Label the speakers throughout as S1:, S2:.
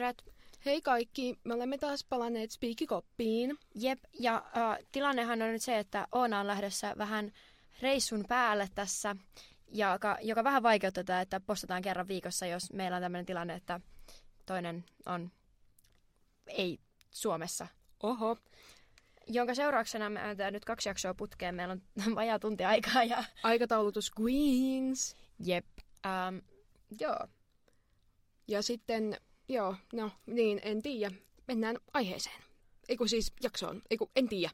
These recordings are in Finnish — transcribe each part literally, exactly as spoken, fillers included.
S1: Piret.
S2: Hei kaikki, me olemme taas palanneet Spiikikoppiin.
S1: Jep, ja uh, tilannehan on nyt se, että Oona on lähdössä vähän reissun päälle tässä, joka, joka vähän vaikeuttaa tätä, että postataan kerran viikossa, jos meillä on tämmöinen tilanne, että toinen on ei Suomessa.
S2: Oho.
S1: Jonka seurauksena me ääntää nyt kaksi jaksoa putkeen. Meillä on vajaa tunti aikaa. Ja...
S2: Aikataulutus Queens.
S1: Jep. Um, joo.
S2: Ja sitten, joo, no niin, en tiedä. Mennään aiheeseen. Eiku siis jaksoon. Eiku, en tiedä.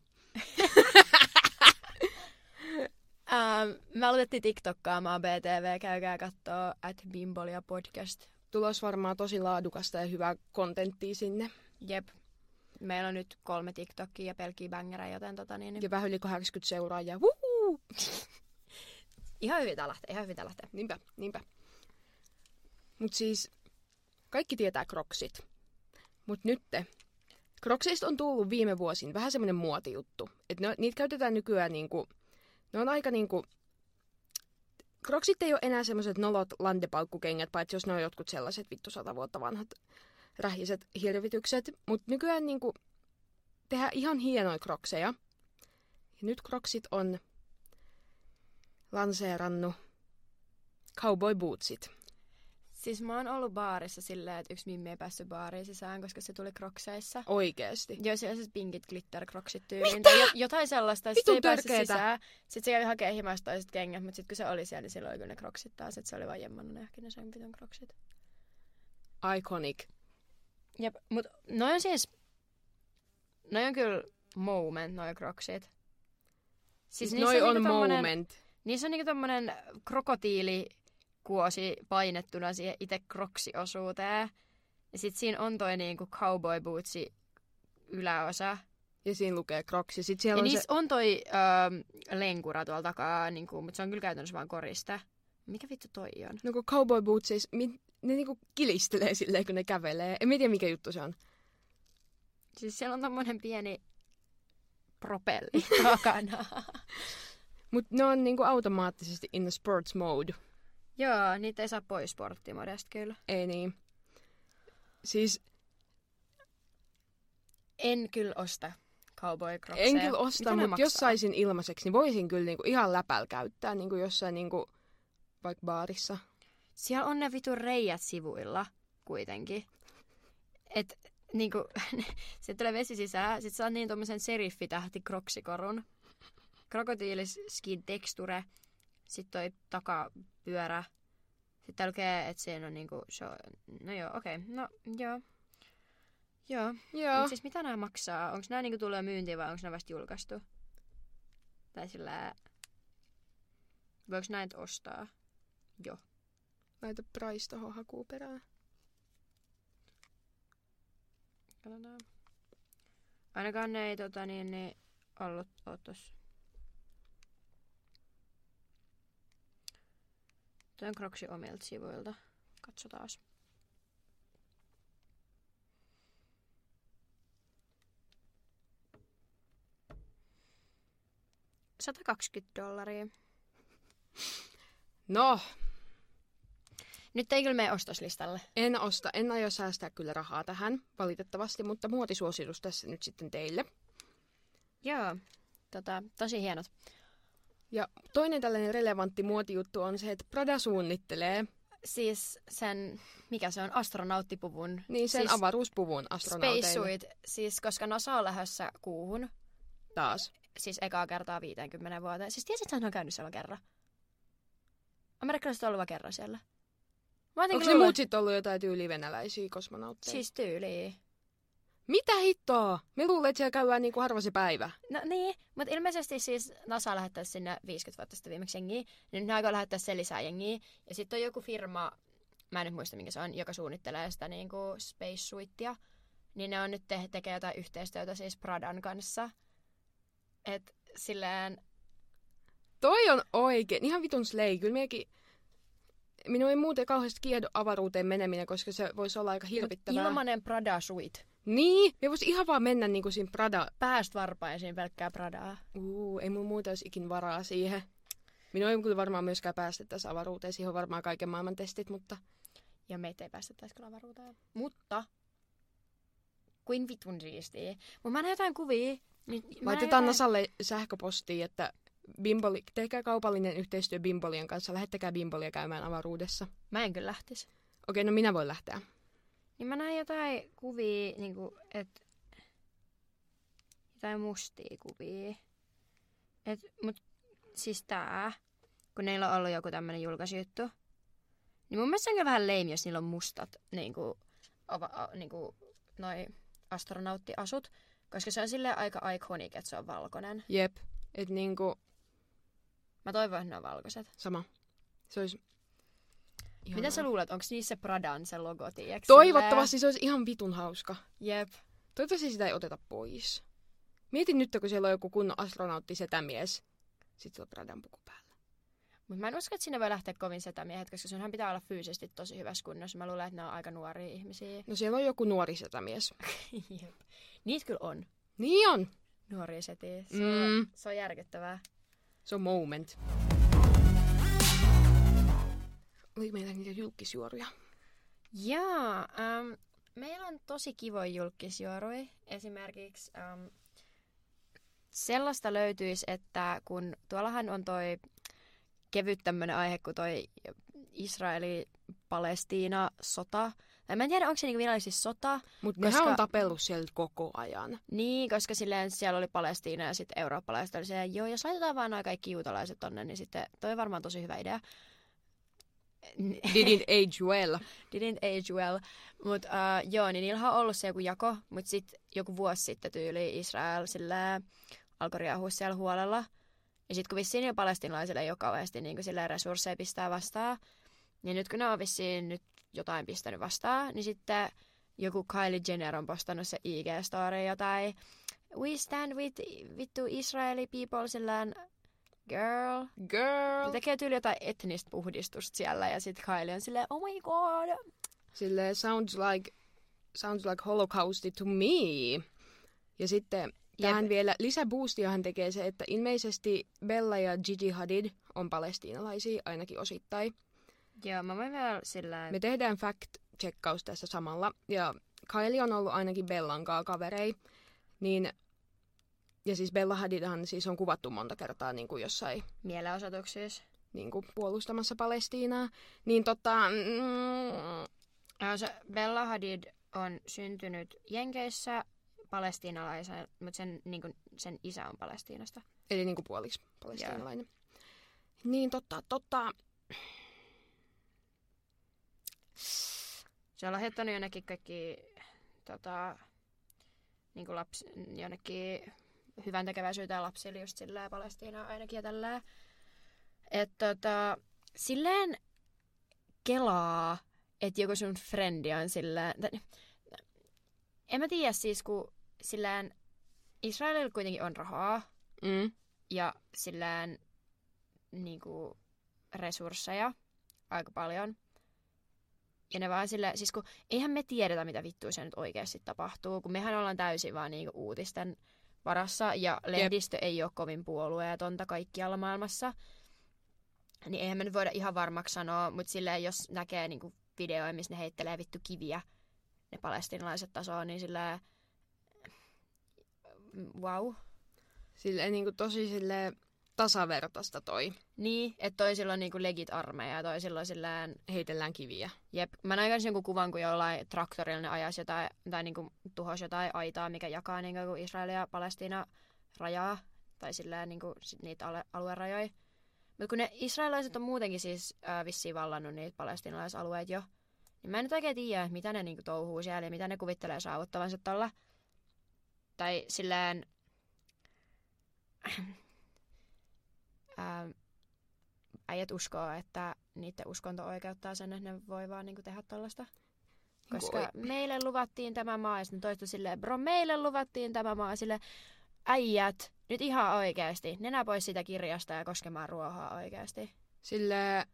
S1: um, me aloitettiin TikTokkaamaan B T V. Käykää kattoo at Bimbolia podcast.
S2: Tulos varmaan tosi laadukasta ja hyvää kontenttia sinne.
S1: Jep. Meillä on nyt kolme TikTokia ja pelkkiä bängerejä, joten tota niin...
S2: Ja vähän yli kahdeksankymmentä seuraajaa. Wuhuu!
S1: Ihan hyvin tää lähtee, ihan hyvin tää lähtee.
S2: Niinpä, niinpä. Mut siis, kaikki tietää Crocsit. Mut nytte, Crocseista on tullut viime vuosin vähän semmonen muotijuttu. Että ne, niitä käytetään nykyään niinku, ne on aika niinku, Crocsit ei ole enää semmoset nolot landepalkkukengät, paitsi jos ne on jotkut sellaiset vittu sata vuotta vanhat rähiset hirvitykset. Mut nykyään niinku tehdään ihan hienoja Crocseja. Ja nyt Crocsit on lanseerannut cowboy bootsit.
S1: Siis mä oon ollut baarissa silleen, että yksi mimmi ei päässyt baariin sisään, koska se tuli Crocseissa.
S2: Oikeesti?
S1: Joo, sellaiset pinkit glitter Crocsit tyyliin. Tai jotain sellaista. Sitten se ei päässyt sisään. Sitten se kävi hakemaan himasta toiset kengät, mutta sitten kun se oli siellä, niin silloin oli kyllä ne Crocsit taas. Että se oli vaan jemmannut ehkä ne sen pitön Crocsit.
S2: Iconic.
S1: Jep, mut noi on siis... Noi on kyllä moment, noi Crocsit.
S2: Siis, siis noi on, on niinku moment.
S1: Niissä on niinku tommonen krokotiilikuosi painettuna siihen itse Crocs-osuuteen. Ja sit siinä on toi niinku cowboy bootsi yläosa.
S2: Ja siinä lukee Crocs. Ja, sit siellä
S1: ja
S2: on
S1: niissä
S2: se...
S1: on toi öö, lenkura tuolla takaa, niinku, mutta se on kyllä käytännössä vaan koriste. Mikä vittu toi on?
S2: No kun cowboy bootsis, ne niinku kilistelee silleen, kun ne kävelee. En tiedä, mikä juttu se on.
S1: Siis siellä on tommonen pieni propelli takana.
S2: Mut ne on niinku automaattisesti in the sports mode.
S1: Joo, niitä ei saa pois sporttimodesta kyllä.
S2: Ei niin. Siis...
S1: En kyllä osta cowboy crocseja.
S2: En kyllä osta, mutta jos saisin ilmaiseksi, niin voisin kyllä niinku ihan läpällä käyttää niinku jossain niinku vaikka baarissa.
S1: Siellä on ne vitun reijät sivuilla kuitenkin. Et niinku, se tulee vesi sisään, sit saa niin tommosen seriffitähti kroksikorun. Krokotiiliskin teksture, sit toi takapyörä. Sitten lukee, että siinä on niinku, show. No joo, okei, okay. No joo. Joo.
S2: Joo.
S1: Mut siis mitä nää maksaa? Onks nää niinku tulee myyntiin vai onks nää vasta julkaistu? Tai sillä... Voiko näitä ostaa? Joo.
S2: Laita price tohon hakuun perään.
S1: Katsotaan. Ainakaan ne ei tota niin, niin ollut oo tossa. Toi on Crocsin omilta sivuilta. Katsotaas. sata kaksikymmentä dollaria.
S2: No.
S1: Nyt ei kyllä mene ostoslistalle.
S2: En osta. En aio säästää kyllä rahaa tähän, valitettavasti, mutta muotisuositus tässä nyt sitten teille.
S1: Joo. Tota, tosi hienot.
S2: Ja toinen tällainen relevantti muotijuttu on se, että Prada suunnittelee...
S1: Siis sen, mikä se on, astronauttipuvun.
S2: Niin, sen siis avaruuspuvun astronauteille.
S1: Spacesuit, siis koska NASA on lähdössä kuuhun.
S2: Taas.
S1: Siis ekaa kertaa viiteenkymmeneen vuoteen. Siis tiesit, että hän on käynyt siellä kerran? Amerikkalaiset on ollut vaan kerran siellä.
S2: Onko ne muut sitten ollut jotain tyyliä venäläisiä kosmonautteja?
S1: Siis tyyliä.
S2: Mitä hittoa? Me luulen, että siellä käydään niinku harva se päivä.
S1: No niin, mutta ilmeisesti siis NASA lähettäisi sinne viisikymmentä vuotta sitten viimeksi jengiä, niin ne aikoo lähettää sen lisää jengiä. Ja sitten on joku firma, mä en nyt muista minkä se on, joka suunnittelee sitä niinku spacesuitia. Niin ne on nyt te- tekee jotain yhteistyötä siis Pradan kanssa. Et silleen...
S2: Toi on oikein. Ihan vitun slay. Kyllä minäkin... Minun ei muuten kauheasti kiehdo avaruuteen meneminen, koska se voisi olla aika hirvittävää.
S1: Ilmanen Prada-suit.
S2: Niin, me voisi ihan vaan mennä niinku siinä Prada...
S1: Pääst varpaisiin pelkkää Pradaa.
S2: Uu, ei mun muuta olisi ikin varaa siihen. Minun ei kyllä varmaan myöskään päästettäisi avaruuteen. Siihen on varmaan kaiken maailman testit, mutta...
S1: Ja meitä ei päästettäisi kyllä avaruuteen. Mutta kuin vitun siistiä. Mutta mä näen jotain kuvia. Niin
S2: Laitetaan
S1: jotain...
S2: Nasalle sähköpostiin, että Bimboli, tehkää kaupallinen yhteistyö Bimbolien kanssa. Lähettäkää Bimbolia käymään avaruudessa.
S1: Mä en kyllä lähtisi.
S2: Okei, no minä voin lähteä.
S1: Niin mä näin jotain kuvia, niinku, että jotain mustia kuvia. Et, mut siis tää, kun neillä on ollut joku tämmönen julkaisujuttu, niin mun mielestä se on kyllä vähän lame, jos niillä on mustat niinku, ova, a, niinku, noi astronauttiasut, koska se on silleen aika iconic, että se on valkoinen.
S2: Jep, et niinku...
S1: Mä toivon, että ne on valkoiset.
S2: Sama. Se olisi ihanaa.
S1: Mitä sä luulet, onko niissä Pradan se logo, tiiäks?
S2: Toivottavasti se olisi ihan vitun hauska.
S1: Jep.
S2: Toivottavasti sitä ei oteta pois. Mietin nyt, kun siellä on joku kunnon astronautti setämies. Sitten se on Pradan puku päällä.
S1: Mut mä en usko, että sinne voi lähteä kovin setämiehet, koska sunhan pitää olla fyysisesti tosi hyvässä kunnossa. Mä luulen, että ne on aika nuoria ihmisiä.
S2: No siellä on joku nuori setämies.
S1: Jep. Niitä kyllä on.
S2: Niin on.
S1: Nuoria setiä. Se,
S2: Mm.
S1: on, se on järkyttävää.
S2: Se on moment. Oli meillä niitä julkisjuoruja.
S1: Jaa, ähm, meillä on tosi kivoja julkisjuoruja. Esimerkiksi ähm, sellaista löytyisi, että kun tuollahan on toi kevyt tämmönen aihe kuin toi Israeli-Palestiina-sota. Tai mä en tiedä, onko se niinku virallisesti sota.
S2: Mutta
S1: koska...
S2: nehän on tapellut sieltä koko ajan.
S1: Niin, koska silleen siellä oli Palestiina ja sitten eurooppalaiset oli silleen, joo, jos laitetaan vaan noin kaikki juutalaiset tonne, niin sitten toi on varmaan tosi hyvä idea.
S2: Didn't age well.
S1: Didn't age well. Mutta uh, joo, niin niillä on ollut se joku jako, mutta sitten joku vuosi sitten tyyli Israel silleen alkoi riahua siellä huolella. Ja sitten kun vissiin jo palestinalaisille ei ole kauheasti niin resursseja pistää vastaan, niin nyt kun ne on vissiin nyt jotain pistänyt vastaan, niin sitten joku Kylie Jenner on postannut se I G-story jotain We stand with vittu Israeli people sillään girl.
S2: Girl.
S1: Se tekee tyyli jotain etnistä puhdistusta siellä ja sitten Kylie on silleen oh my god.
S2: Silleen sounds like, sounds like holocaust to me. Ja sitten tähän vielä lisäboostiahan tekee se, että ilmeisesti Bella ja Gigi Hadid on palestiinalaisia ainakin osittain.
S1: Joo, mä voin vielä sillä...
S2: Me tehdään fact-checkaus tässä samalla. Ja Kylie on ollut ainakin Bellan kaa kaverei. Niin, ja siis Bella Hadidhan siis on kuvattu monta kertaa niin kuin jossain...
S1: Mielenosoituksissa.
S2: Niin kuin puolustamassa Palestiinaa. Niin tota... Mm,
S1: se Bella Hadid on syntynyt Jenkeissä palestiinalaisen, mutta sen, niin kuin, sen isä on Palestiinasta.
S2: Eli niin kuin puoliksi palestiinalainen. Joo. Niin totta, totta...
S1: Se on lahjoittanut jonnekin kaikki tota, niin kuin lapsi, jonnekin hyvän tekeväisyyteen lapsille just silleen Palestiinaa ainakin ja tälleen. Että tota, silleen kelaa, että joku sun frendi on silleen... En mä tiedä siis, kun silleen Israelilla kuitenkin on rahaa
S2: mm.
S1: ja silleen niinku resursseja aika paljon. Ja ne vaan silleen, siis kun eihän me tiedetä, mitä vittua se nyt oikeasti tapahtuu, kun mehän ollaan täysin vaan niinku uutisten varassa ja lehdistö Jep. ei ole kovin puolueetonta kaikkialla maailmassa. Niin eihän me nyt voida ihan varmaksi sanoa, mutta silleen jos näkee niinku videoja, missä ne heittelee vittu kiviä ne palestinalaiset tasoon, niin silleen wow.
S2: Silleen niinku tosi silleen tasavertaista toi.
S1: Niin, että toisilla on niinku legit armeija ja toisilla on silleen...
S2: Heitellään kiviä.
S1: Jep. Mä näin kanssa jonkun kuvan, kun jollain traktorilla ne ajaisi jotain, tai niinku tuhosi jotain aitaa, mikä jakaa niinku Israel ja Palestiina rajaa, tai silleen niinku niitä alue- aluerajoja. Mutta kun ne israelilaiset on muutenkin siis äh, vissiin vallannut niitä palestiinalaisalueita jo, niin mä en nyt oikein tiedä, mitä ne niinku touhuu siellä ja mitä ne kuvittelee saavuttavansa tuolla. Tai silleen... Ähm, äijät uskoo, että niiden uskonto oikeuttaa sen, että ne voi vaan niinku tehdä tollaista. Koska Oi. meille luvattiin tämä maa, ja sitten toistu silleen, bro, meille luvattiin tämä maa, silleen, äijät, nyt ihan oikeasti, nenä pois sitä kirjasta ja koskemaan ruohaa oikeasti.
S2: Silleen,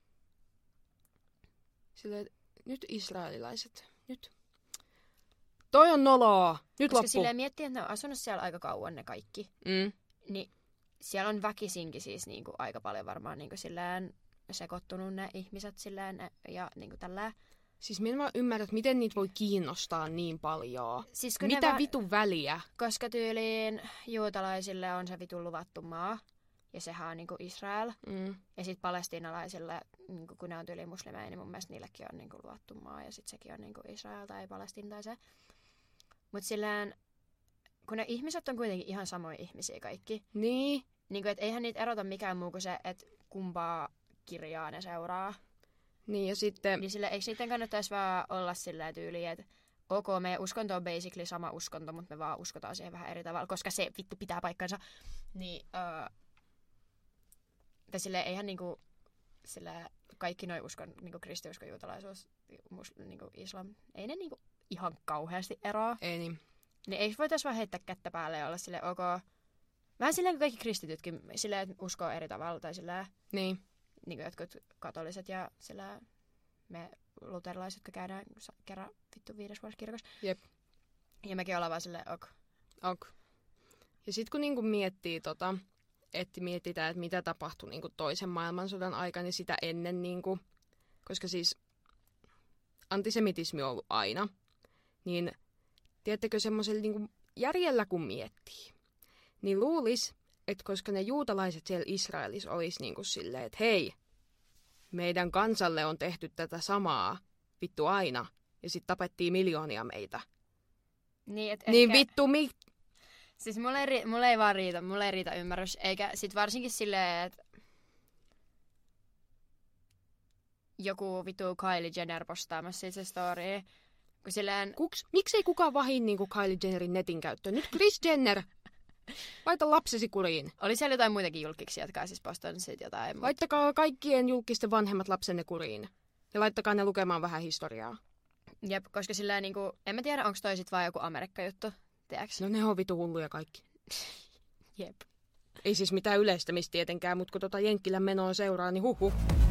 S2: silleen, nyt israelilaiset, nyt. Toi on noloa, nyt
S1: Koska
S2: loppu.
S1: silleen miettii, että ne on asunut siellä aika kauan ne kaikki,
S2: mm.
S1: niin siellä on väkisinkin siis niinku aika paljon varmaan niinku silleen sekoittunut ne ihmiset silleen ja niinku tällä.
S2: Siis minä en vaan ymmärrä, että miten niitä voi kiinnostaa niin paljon.
S1: Siis
S2: Mitä
S1: va-
S2: vitun väliä?
S1: Koska tyyliin juutalaisille on se vitun luvattu maa. Ja sehän on niinku Israel.
S2: Mm.
S1: Ja sitten palestiinalaisille, niinku kun ne on tyyliin muslimeja, niin mun mielestä niillekin on niinku luvattu maa. Ja sitten sekin on niinku Israel tai Palestiina tai se. Mutta silleen, kun ne ihmiset on kuitenkin ihan samoja ihmisiä kaikki.
S2: Niin.
S1: Niinku, et eihän niitä erota mikään muu kuin se, että kumpaa kirjaa ne seuraa.
S2: Niin ja sitten...
S1: Niin sille, eikö niiden kannattaisi vaan olla silleen tyyliin, että ok, meidän uskonto on basically sama uskonto, mutta me vaan uskotaan siihen vähän eri tavalla, koska se vittu pitää paikkansa. Niin, uh, tai silleen, eihän niinku, silleen, kaikki noi uskon, niinku kristiusko, juutalaisuus, mus, niinku islam, ei ne niinku ihan kauheasti eroa.
S2: Ei niin.
S1: Niin eikö voitaisiin vaan heittää kättä päälle ja olla silleen, ok, vähän silleen kuin kaikki kristitytkin, silleen, että uskoo eri tavalla, tai silleen,
S2: Niin.
S1: niin kuin jotkut katoliset ja sillä me luterilaiset, jotka käydään kerran vittu viides vuodessa kirkossa.
S2: Jep.
S1: Ja mekin ollaan vaan silleen, ok.
S2: Ok. Ja sitten kun niinku miettii tota, että mietitään, että mitä tapahtui niinku toisen maailmansodan aikana, niin sitä ennen, niinku, koska siis antisemitismi on ollut aina, niin tiedättekö semmoisella niinku järjellä kun miettii, niin luulisi, että koska ne juutalaiset siellä Israelissa olisi niinku silleen, että hei, meidän kansalle on tehty tätä samaa vittu aina, ja sitten tapettiin miljoonia meitä.
S1: Niin, et
S2: niin
S1: ehkä...
S2: vittu, mi...
S1: Siis mulle ei, ri... mulle ei vaan riitä, mulle ei riitä ymmärrys, eikä sit varsinkin silleen, että joku vittu Kylie Jenner postaamassa siitä se story, kun silleen...
S2: Kuks, miksei kukaan vahin niinku Kylie Jennerin netin käyttöön? Nyt Kris Jenner! Laita lapsesi kuriin.
S1: Oli siellä jotain muitakin julkiksi, jotka ei siis postannut siitä jotain. Mutta...
S2: Laittakaa kaikkien julkisten vanhemmat lapsenne kuriin. Ja laittakaa ne lukemaan vähän historiaa.
S1: Jep, koska silleen niinku, en mä tiedä, onko toi sit vaan joku Amerikka-juttu, tiedäks?
S2: No ne on vitu hulluja kaikki.
S1: Jep.
S2: Ei siis mitään yleistämistä tietenkään, mutta kun tota Jenkkilän menoa seuraa, niin huhu.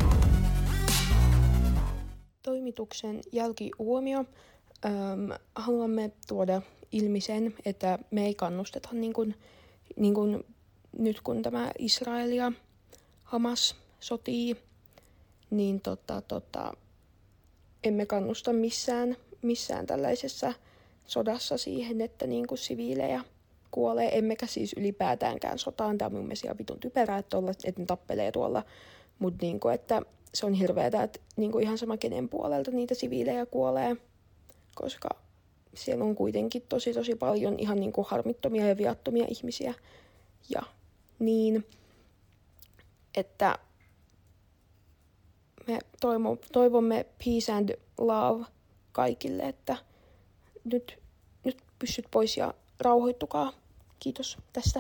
S2: Toimituksen jälkihuomio. Öm, haluamme tuoda ilmi sen, että me ei kannusteta niin kuin, niin kuin nyt kun tämä Israel ja Hamas sotii, niin tota, tota, emme kannusta missään, missään tällaisessa sodassa siihen, että niin kuin siviilejä kuolee, emmekä siis ylipäätäänkään sotaan. Tämä on mun mielestä ihan vitun typerää, että, olla, että ne tappelee tuolla, mutta niin kuin, että se on hirveätä, että niin kuin ihan sama kenen puolelta niitä siviilejä kuolee, koska siellä on kuitenkin tosi tosi paljon ihan niin kuin harmittomia ja viattomia ihmisiä. Ja niin, että me toivo, toivomme peace and love kaikille, että nyt, nyt pystyt pois ja rauhoittukaa. Kiitos tästä.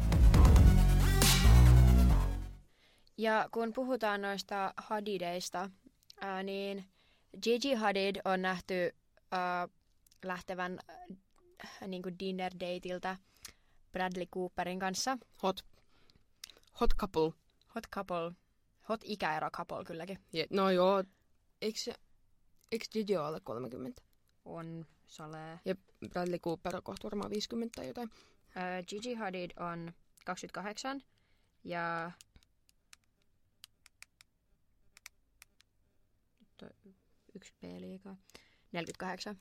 S1: Ja kun puhutaan noista Hadideista, ää, niin Gigi Hadid on nähty ää, lähtevän äh, niin kuin dinner dateiltä Bradley Cooperin kanssa.
S2: Hot. Hot couple.
S1: Hot couple. Hot ikäero couple kylläkin.
S2: Je, no joo. Eikö, eikö Gigi ole alle kolmekymmentä?
S1: On salee.
S2: Ja Bradley Cooper on kohta varmaan viisikymmentä tai jotain.
S1: Äh, Gigi Hadid on kaksikymmentäkahdeksan ja yksi P liikaa. neljäkymmentäkahdeksan.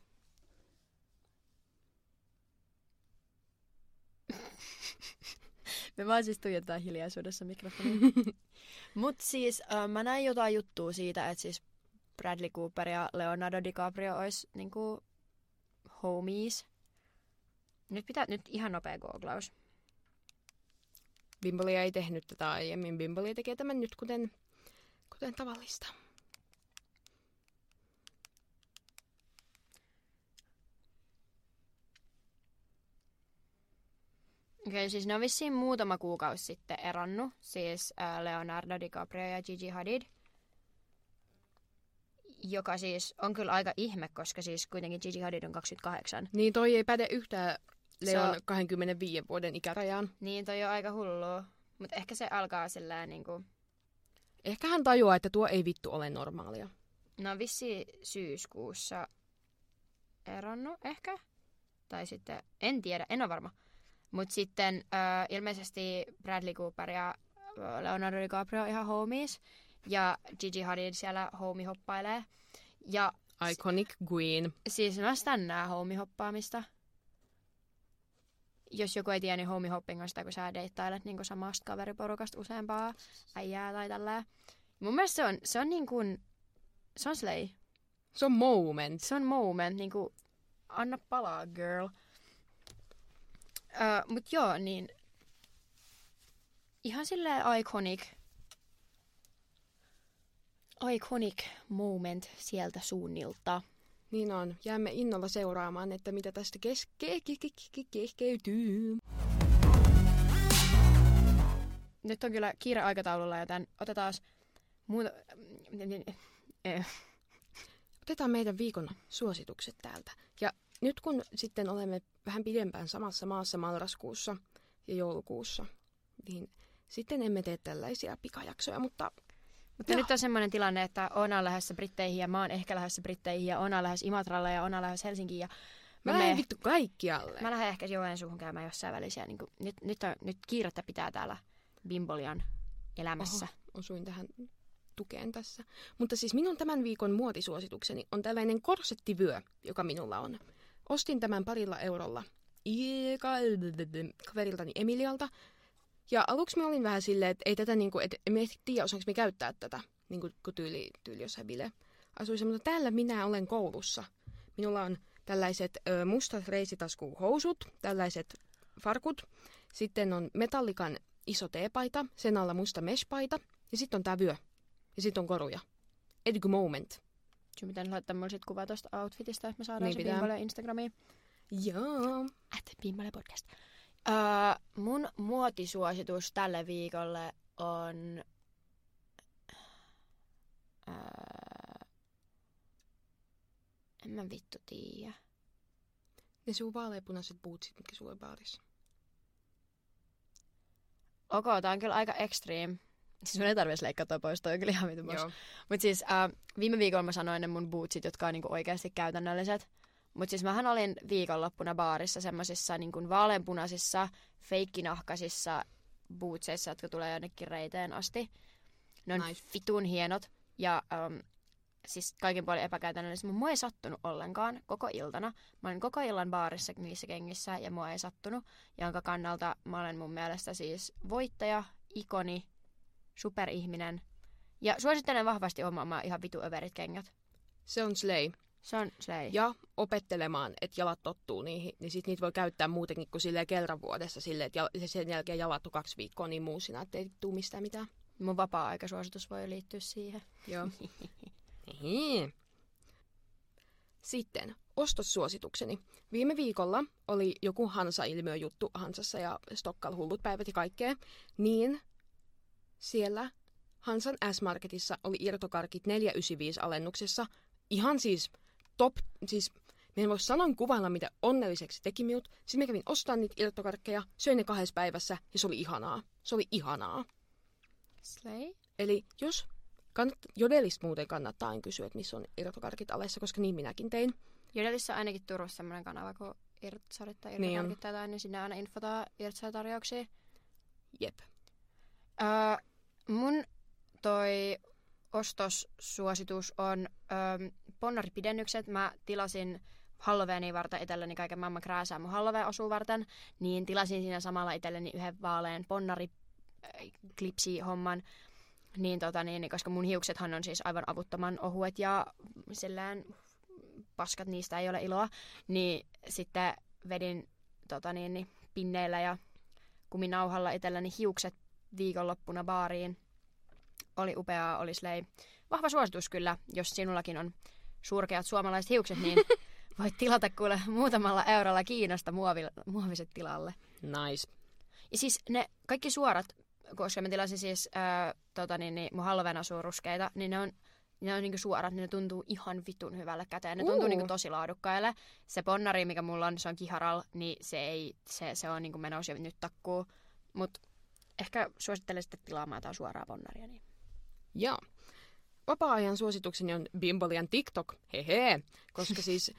S1: Me vaan siis tuijotetaan hiljaisuudessa mikrofoniin. Mut siis äh, mä näin jotain juttua siitä, että siis Bradley Cooper ja Leonardo DiCaprio ois niinku homies. Nyt pitää nyt ihan nopea googlaus.
S2: Bimbolia ei tehnyt tätä aiemmin. Bimbolia tekee tämän nyt kuten, kuten tavallista.
S1: Okei, okay, siis ne on vissiin muutama kuukausi sitten eronnut. Siis äh, Leonardo DiCaprio ja Gigi Hadid. Joka siis on kyllä aika ihme, koska siis kuitenkin Gigi Hadid on kaksikymmentäkahdeksan.
S2: Niin toi ei päde yhtään Leon
S1: So,
S2: kaksikymmentäviiden vuoden ikärajaan.
S1: niin toi on aika hullua. Mutta ehkä se alkaa sillä niinku...
S2: Ehkä hän tajuaa, että tuo ei vittu ole normaalia.
S1: No vissiin syyskuussa eronnut ehkä. Tai sitten, en tiedä, en ole varma. Mutta sitten äh, ilmeisesti Bradley Cooper ja Leonardo DiCaprio on ihan homies. Ja Gigi Hadid siellä homie hoppailee. Ja
S2: Iconic queen.
S1: Siis mä stännään homihoppaamista. Jos joku ei tiedä, niin homihopping on sitä, kun sä deittailet niin samasta kaveriporukasta useampaa äijää tai tälleen. Mun mielestä se on, se on niin kuin, se on slay.
S2: Se on moment.
S1: Se on moment, niin kuin, anna palaa, girl. Uh, mut joo, niin ihan silleen iconic, iconic moment sieltä suunnilta.
S2: Niin on. Jäämme innolla seuraamaan, että mitä tästä keskeytyy.
S1: Nyt on kyllä kiire aikataululla, joten otetaan muuta...
S2: Otetaan meidän viikon suositukset täältä. Ja nyt kun sitten olemme vähän pidempään samassa maassa marraskuussa ja joulukuussa, niin sitten emme tee tällaisia pikajaksoja, mutta...
S1: Mutta nyt on semmoinen tilanne, että Oona on lähdössä Britteihin ja mä oon ehkä lähdössä Britteihin ja Oona on lähdössä Imatralle ja Oona on lähdössä Helsinkiin. Ja
S2: mä lähden vittu kaikkialle.
S1: Mä lähden ehkä Joensuuhun käymään jossain välissä. Niin nyt, nyt, on, nyt kiirettä pitää täällä Bimbolian elämässä.
S2: Oho, osuin tähän tukeen tässä. Mutta siis minun tämän viikon muotisuositukseni on tällainen korsettivyö, joka minulla on. Ostin tämän parilla eurolla kaveriltani Emilialta. Ja aluksi mä olin vähän silleen, että ei tätä niinku, että en tiedä, osaanko me käyttää tätä, niinku kun tyyli, tyyli jossain bile asuisi. Mutta täällä minä olen koulussa. Minulla on tällaiset ö, mustat reisitaskuhousut, tällaiset farkut. Sitten on Metallican iso teepaita, sen alla musta meshpaita. Ja sitten on tää vyö. Ja sitten on koruja. Edgy moment.
S1: Sun pitää laittaa mulle sit kuva tosta outfitista, että me saadaan
S2: niin
S1: se Bimbole Instagramiin.
S2: Joo.
S1: At Bimbole podcast. Uh, mun muotisuositus tälle viikolle on... Uh, en mä vittu tiiä.
S2: Ne sun vaaleapunaiset bootsit, mitkä sulla on baarissa.
S1: Ok, tää on kyllä aika extreme. Siis mun ei tarvitsisi leikkaa toi pois, toi on kyllä ihan vittu pois. Mut siis uh, viime viikolla mä sanoin ne mun bootsit, jotka on niinku oikeasti käytännölliset. Mut siis mähän olin viikonloppuna baarissa semmosissa niinku vaaleanpunaisissa, feikkinahkaisissa bootseissa, jotka tulee jonnekin reiteen asti. Ne on nice. Vitun hienot ja um, siis kaikin puolin epäkäytännöllisiä. Mutta mua ei sattunut ollenkaan koko iltana. Mä olin koko illan baarissa niissä kengissä ja mua ei sattunut. Jonka kannalta mä olen mun mielestä siis voittaja, ikoni, superihminen. Ja suosittelen vahvasti omaamaan ihan vitu överit kengät.
S2: Se on slay.
S1: Se on slay.
S2: Ja opettelemaan, että jalat tottuu niihin, niin sit niitä voi käyttää muutenkin kuin silleen kerran vuodessa silleen, että jal- sen jälkeen jalat on kaksi viikkoa niin muusina, että ei tule mistään mitään.
S1: Mun vapaa-aikasuositus voi liittyä siihen.
S2: Joo. Sitten ostossuositukseni. Viime viikolla oli joku Hansa-ilmiö juttu Hansassa ja Stokkal hullut päivät ja kaikkea, niin siellä Hansan S-Marketissa oli irtokarkit neljä yhdeksänkymmentäviisi alennuksessa. Ihan siis top, siis me en voi sanon kuvailla, mitä onnelliseksi teki minut. Sitten mä kävin ostamaan niitä irtokarkkeja, söin ne kahdessa päivässä ja se oli ihanaa. Se oli ihanaa.
S1: Slay.
S2: Eli jos kannat, Jodelista muuten kannattaa aina kysyä, että missä on irtokarkit alessa, koska niin minäkin tein.
S1: Jodelissa on ainakin Turussa sellainen kanava, kun irtsarit tai irtokarkit tai niin, niin sinne aina infotaa irtsatarjouksia.
S2: Jep.
S1: Uh, mun toi ostossuositus on um, ponnaripidennykset. Mä tilasin Halloweenia varten itselleni kaiken maailman krääsää mun Halloween-osuu varten, niin tilasin siinä samalla itselleni yhden vaalean ponnariklipsi-homman. Niin, tota, niin, koska mun hiuksethan on siis aivan avuttoman ohuet ja sellään paskat, niistä ei ole iloa, niin sitten vedin tota, niin, niin, pinneillä ja kuminauhalla itselleni hiukset viikonloppuna baariin. Oli upeaa, oli slay. Vahva suositus kyllä, jos sinullakin on surkeat suomalaiset hiukset, niin voit tilata kuule muutamalla eurolla Kiinasta muovi- muoviset tilalle.
S2: Nice.
S1: Ja siis ne kaikki suorat, koska mä tilasin siis ää, tota, niin, niin, mun Halloween asuu ruskeita, niin ne on, ne on niinku suorat, niin ne tuntuu ihan vitun hyvälle käteen. Ne tuntuu uh. niinku tosi laadukkaille. Se ponnari, mikä mulla on, se on Kiharal, niin se, ei, se, se on niinku menossa nyt takkuu. Mut ehkä suosittelen sitten tilaamaan jotain suoraa ponnaria. Niin.
S2: Joo. Vapaa-ajan suositukseni on Bimbolian TikTok, hehe, koska siis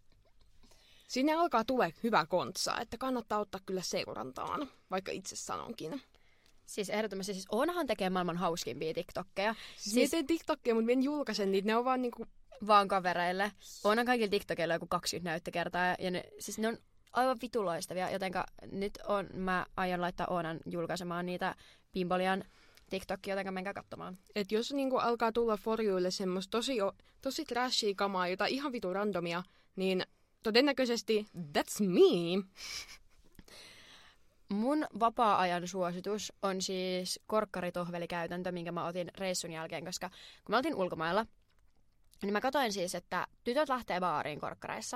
S2: sinne alkaa tulee hyvä kontsa, että kannattaa ottaa kyllä seurantaan, vaikka itse sanonkin.
S1: Siis ehdottomasti, siis onhan tekee maailman hauskimpia TikTokkeja.
S2: Siis, siis... teen TikTokkeja, mutta en julkaise niitä, ne on vaan niinku...
S1: vaan kavereille. Onhan kaikilla TikTokilla joku kaksikymmentä näyttökertaa. Ja, ja ne, siis ne on aivan vituloistavia. Jotenka nyt on, mä aion laittaa Oonan julkaisemaan niitä Bimbolian TikTokia, jotenka menkää katsomaan.
S2: Et jos niinku alkaa tulla forjuille semmoista tosi, tosi trashia kamaa, jota ihan vitu randomia, niin todennäköisesti that's me.
S1: Mun vapaa-ajan suositus on siis korkkaritohvelikäytäntö, minkä mä otin reissun jälkeen, koska kun mä oltiin ulkomailla, niin mä katsoin siis, että tytöt lähtee baariin korkkareissa.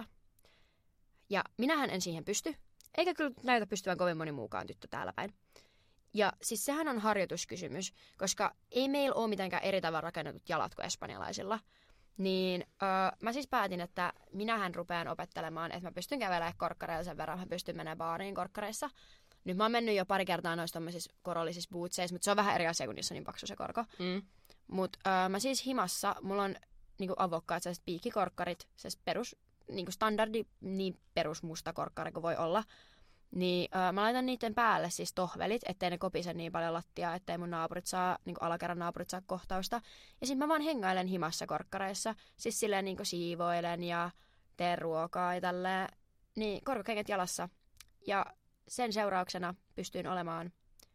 S1: Ja minähän en siihen pysty, eikä kyllä näytä pystyvän kovin moni muukaan tyttö täällä päin. Ja siis sehän on harjoituskysymys, koska ei meillä ole mitenkään eri tavalla rakennetut jalat kuin espanjalaisilla. Niin öö, mä siis päätin, että minähän rupean opettelemaan, että mä pystyn kävelemään korkkareilla sen verran, mä pystyn menemään baariin korkkareissa. Nyt mä oon mennyt jo pari kertaa noissa tommoisissa korollisissa bootseissa, mutta se on vähän eri asia, kun niissä on niin paksu se korko. Mm. Mutta öö, mä siis himassa, mulla on niinku avokkaat, sellaiset piikkikorkkarit, sellaiset perus, niinku standardi, niin perusmusta korkkari kuin voi olla. Niin öö, mä laitan niiden päälle siis tohvelit, ettei ne kopise niin paljon lattiaa, ettei mun naapurit saa, niinku alakerran naapurit saa kohtausta. Ja sit mä vaan hengailen himassa korkkareissa, siis silleen niinku siivoilen ja teen ruokaa ja tälleen. Niin korkokengät jalassa. Ja sen seurauksena pystyin olemaan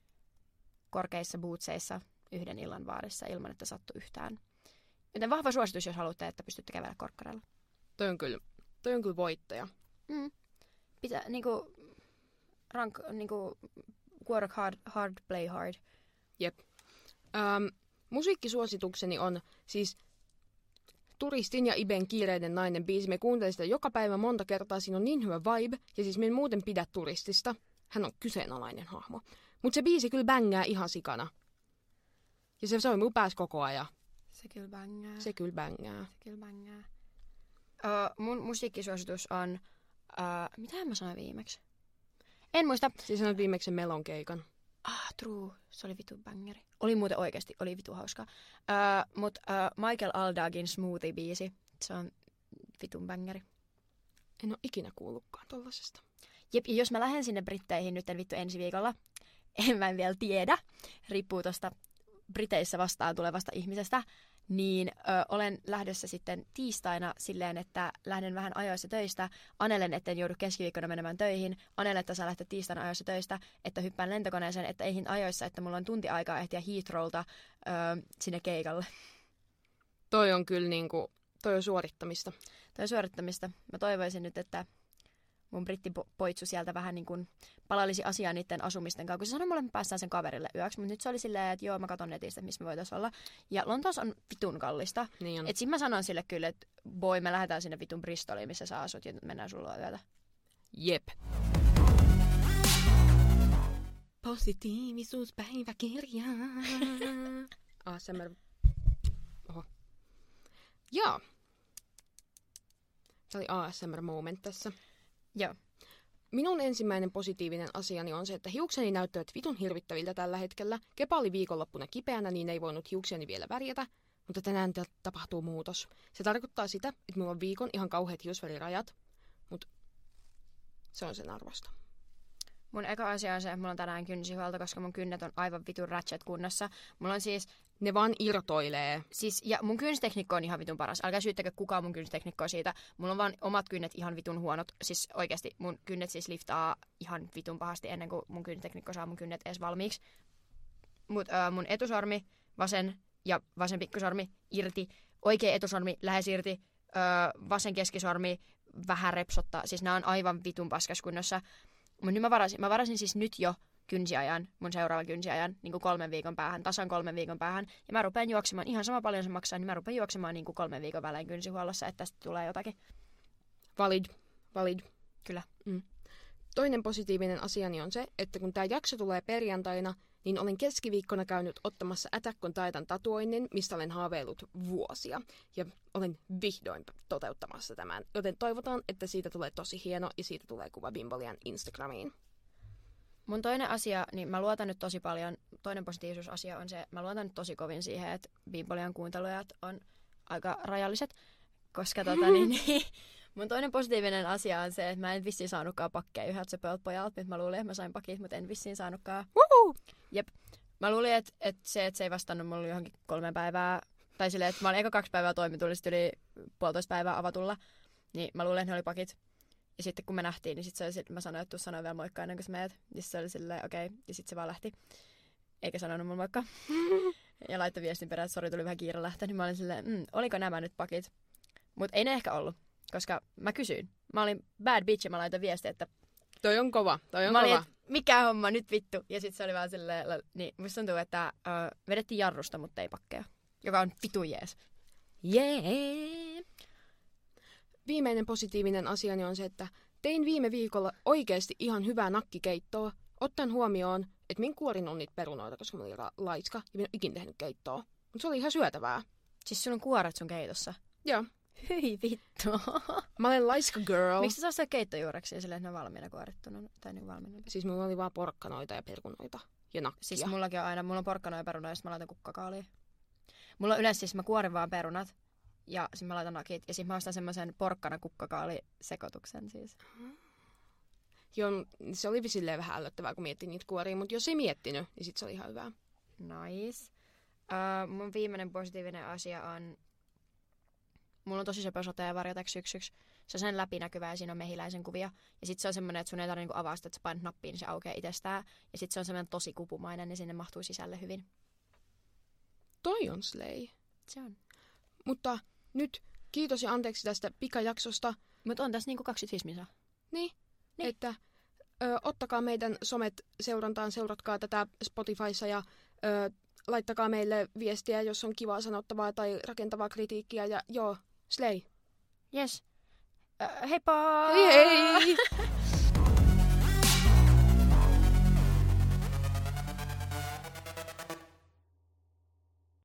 S1: korkeissa bootseissa yhden illan baarissa ilman, että sattui yhtään. Joten vahva suositus, jos haluatte, että pystytte kävellä korkkareilla.
S2: Toi on kyllä, toi on kyllä voittaja.
S1: Mm. Pitää niinku rank, niinku work hard, hard, play hard.
S2: Jep. Ähm, musiikkisuositukseni on siis Turistin ja Iben Kiireinen nainen biisi. Me kuuntelemme sitä joka päivä monta kertaa. Siinä on niin hyvä vibe. Ja siis me en muuten pidä Turistista. Hän on kyseenalainen hahmo. Mutta se biisi kyllä bängää ihan sikana. Ja se soi mun päässä koko ajan.
S1: Se kyllä bängää.
S2: Se kyllä bängää.
S1: Se kyllä bängää. Uh, mun musiikkisuositus on... Uh, mitähän mä sanoin viimeksi? En muista.
S2: Siis sanoit viimeksi sen Melon keikan.
S1: Ah, true. Se oli vitu bangeri. Oli muuten oikeasti, oli vitu hauska. Uh, Mut uh, Michael Aldagin Smoothie-biisi, se on vitun bangeri.
S2: En ole ikinä kuullutkaan tollasesta.
S1: Jep, ja jos mä lähden sinne Britteihin nyt vittu ensi viikolla, en mä en vielä tiedä, riippuu tosta Briteissä vastaan tulevasta ihmisestä, niin ö, olen lähdössä sitten tiistaina silleen, että lähden vähän ajoissa töistä. Anelen, etten joudu keskiviikkona menemään töihin. Anelen, että saa lähteä tiistaina ajoissa töistä, että hyppään lentokoneeseen, että eihin ajoissa, että mulla on tunti aikaa ehtiä Heathrowlta ö, sinne keikalle.
S2: Toi on kyllä niinku, toi on suorittamista.
S1: Toi on suorittamista. Mä toivoisin nyt, että mun brittipoitsu sieltä vähän niin kuin palailisi asiaa niiden asumisten kanssa. Kun se sanoi mulle, että me päästään sen kaverille yöksi, mutta nyt se oli silleen, että joo, mä katon netistä, missä me voitaisiin olla. Ja Lontoossa on vitun kallista. Niin että sit mä sanon sille kyllä, että boy, me lähdetään sinne vitun Bristoliin, missä sä asut, ja mennään sulla yötä.
S2: Jep. Positiivisuuspäiväkirja. A S M R. Oho. Joo. Se oli A S M R-moment tässä.
S1: Joo.
S2: Minun ensimmäinen positiivinen asiani on se, että hiukseni näyttävät vitun hirvittäviltä tällä hetkellä. Kepa oli viikonloppuna kipeänä, niin ei voinut hiuksiani vielä värjätä, mutta tänään tapahtuu muutos. Se tarkoittaa sitä, että minulla on viikon ihan kauheat hiusvärirajat, mutta se on sen arvosta.
S1: Mun eka asia on se, että mulla on tänään kynsihuolto, koska mun kynnet on aivan vitun ratchet kunnossa. Mulla on siis...
S2: Ne vaan irtoilee.
S1: Siis, ja mun kynstekniikka on ihan vitun paras. Älkää syyttäkö kukaan mun kynstekniikkoa siitä. Mulla on vaan omat kynnet ihan vitun huonot. Siis oikeesti mun kynnet siis liftaa ihan vitun pahasti ennen kuin mun kynstekniikko saa mun kynnet edes valmiiksi. Mut äh, mun etusormi, vasen ja vasen pikkusormi irti. Oikea etusormi lähes irti. Äh, vasen keskisormi vähän repsottaa. Siis nää on aivan vitun paskas kunnossa. Mut nyt mä varasin, mä varasin siis nyt jo kynsiajan, mun seuraavan kynsiajan, niin kuin kolmen viikon päähän, tasan kolmen viikon päähän. Ja mä rupean juoksemaan, ihan sama paljon se maksaa, niin mä rupean juoksemaan niin kuin kolmen viikon välein kynsihuollossa, että tästä tulee jotakin.
S2: Valid, valid.
S1: Kyllä.
S2: Mm. Toinen positiivinen asiani on se, että kun tää jakso tulee perjantaina, niin olen keskiviikkona käynyt ottamassa Attack on Titan tatuoinnin, mistä olen haaveillut vuosia. Ja olen vihdoin toteuttamassa tämän. Joten toivotaan, että siitä tulee tosi hieno ja siitä tulee kuva Bimbolian Instagramiin.
S1: Mun toinen asia, niin mä luotan nyt tosi paljon, toinen positiivisuusasia on se, mä luotan nyt tosi kovin siihen, että Bimbolian kuuntelijat on aika rajalliset, koska tota niin, niin mun toinen positiivinen asia on se, että mä en vissiin saanutkaan pakkeja yhdeltä söpöltä pojalta. Nyt mä luulin, että mä sain pakit, mutta en vissiin saanutkaan.
S2: Woohoo!
S1: Jep. Mä luulin, että, että se, että se ei vastannut mulle johonkin kolme päivää Tai silleen, että mä olin eka kaksi päivää toimitulla, sitten yli puolitoista päivää avatulla. Niin mä luulen, että ne oli pakit. Ja sitten kun me nähtiin, niin sitten se oli, mä sanoin, että tuu sanoa vielä moikka ennen kuin sä meet. Niin se oli silleen, okei. Okay. Ja sitten se vaan lähti. Eikä sanonut mun moikka. Ja laittoi viestin perään, että sori, tuli vähän kiire lähteä. Niin mä olin silleen, mm, oliko nämä nyt pakit? Mutta ei ne ehkä ollut, koska mä kysyin. Mä olin bad bitch ja mä laitoin viestiä, että
S2: Toi on kova, toi on
S1: mä
S2: kova.
S1: olin, mikä homma, nyt vittu. Ja sitten se oli vaan silleen, niin musta tuntuu, että uh, vedettiin jarrusta, mutta ei pakkeja. Joka on vitu jees.
S2: Jee! Yeah. Viimeinen positiivinen asiani on se, että tein viime viikolla oikeasti ihan hyvää nakkikeittoa, ottaen huomioon, että minä kuorin on niitä perunoita, koska mä olin ra- laiska ja minä en ikin tehnyt keittoa. Mutta se oli ihan syötävää.
S1: Siis sun on kuoret sun keitossa?
S2: Joo.
S1: Hyi vittu.
S2: Mä olen laiska girl.
S1: Miksi sä saa sitä keittojuureksi silleen, että ne on valmiina kuorittuna? Tai niin valmiina?
S2: Siis mulla oli vaan porkkanoita ja perunoita ja nakkia.
S1: Siis mullakin on aina, mulla on porkkanoja ja perunoja, ja sitten mä laitan kukkakaaliin. Mulla on yleensä siis, mä kuorin vaan perunat, ja sitten mä laitan nakit, ja sitten mä ostan semmoisen porkkana-kukkakaali-sekoituksen siis.
S2: Joo, se oli silleen vähän ällöttävää, kun miettii niitä kuoria, mutta jos ei miettinyt, niin sit se oli ihan hyvää.
S1: Nice. Uh, mun viimeinen positiivinen asia on, mulla on tosi söpö sateenvarjo täksi syksyksi. Se on sen läpinäkyvä ja siinä on mehiläisen kuvia. Ja sit se on semmonen, että sun ei tarvitse niinku avaa sitä, että sä painat nappiin, niin se aukeaa itsestään. Ja sit se on semmonen tosi kupumainen, niin sinne mahtuu sisälle hyvin.
S2: Toi on slay.
S1: Se on.
S2: Mutta nyt kiitos ja anteeksi tästä pikajaksosta.
S1: Mut on tässä niinku kaksikymmentäviisi minsaa.
S2: Niin,
S1: niin.
S2: että ö, ottakaa meidän somet seurantaan, seuratkaa tätä Spotifyssa ja ö, laittakaa meille viestiä, jos on kivaa sanottavaa tai rakentavaa kritiikkiä. Ja joo, slay.
S1: Yes. Uh, heippa!
S2: Hei hei!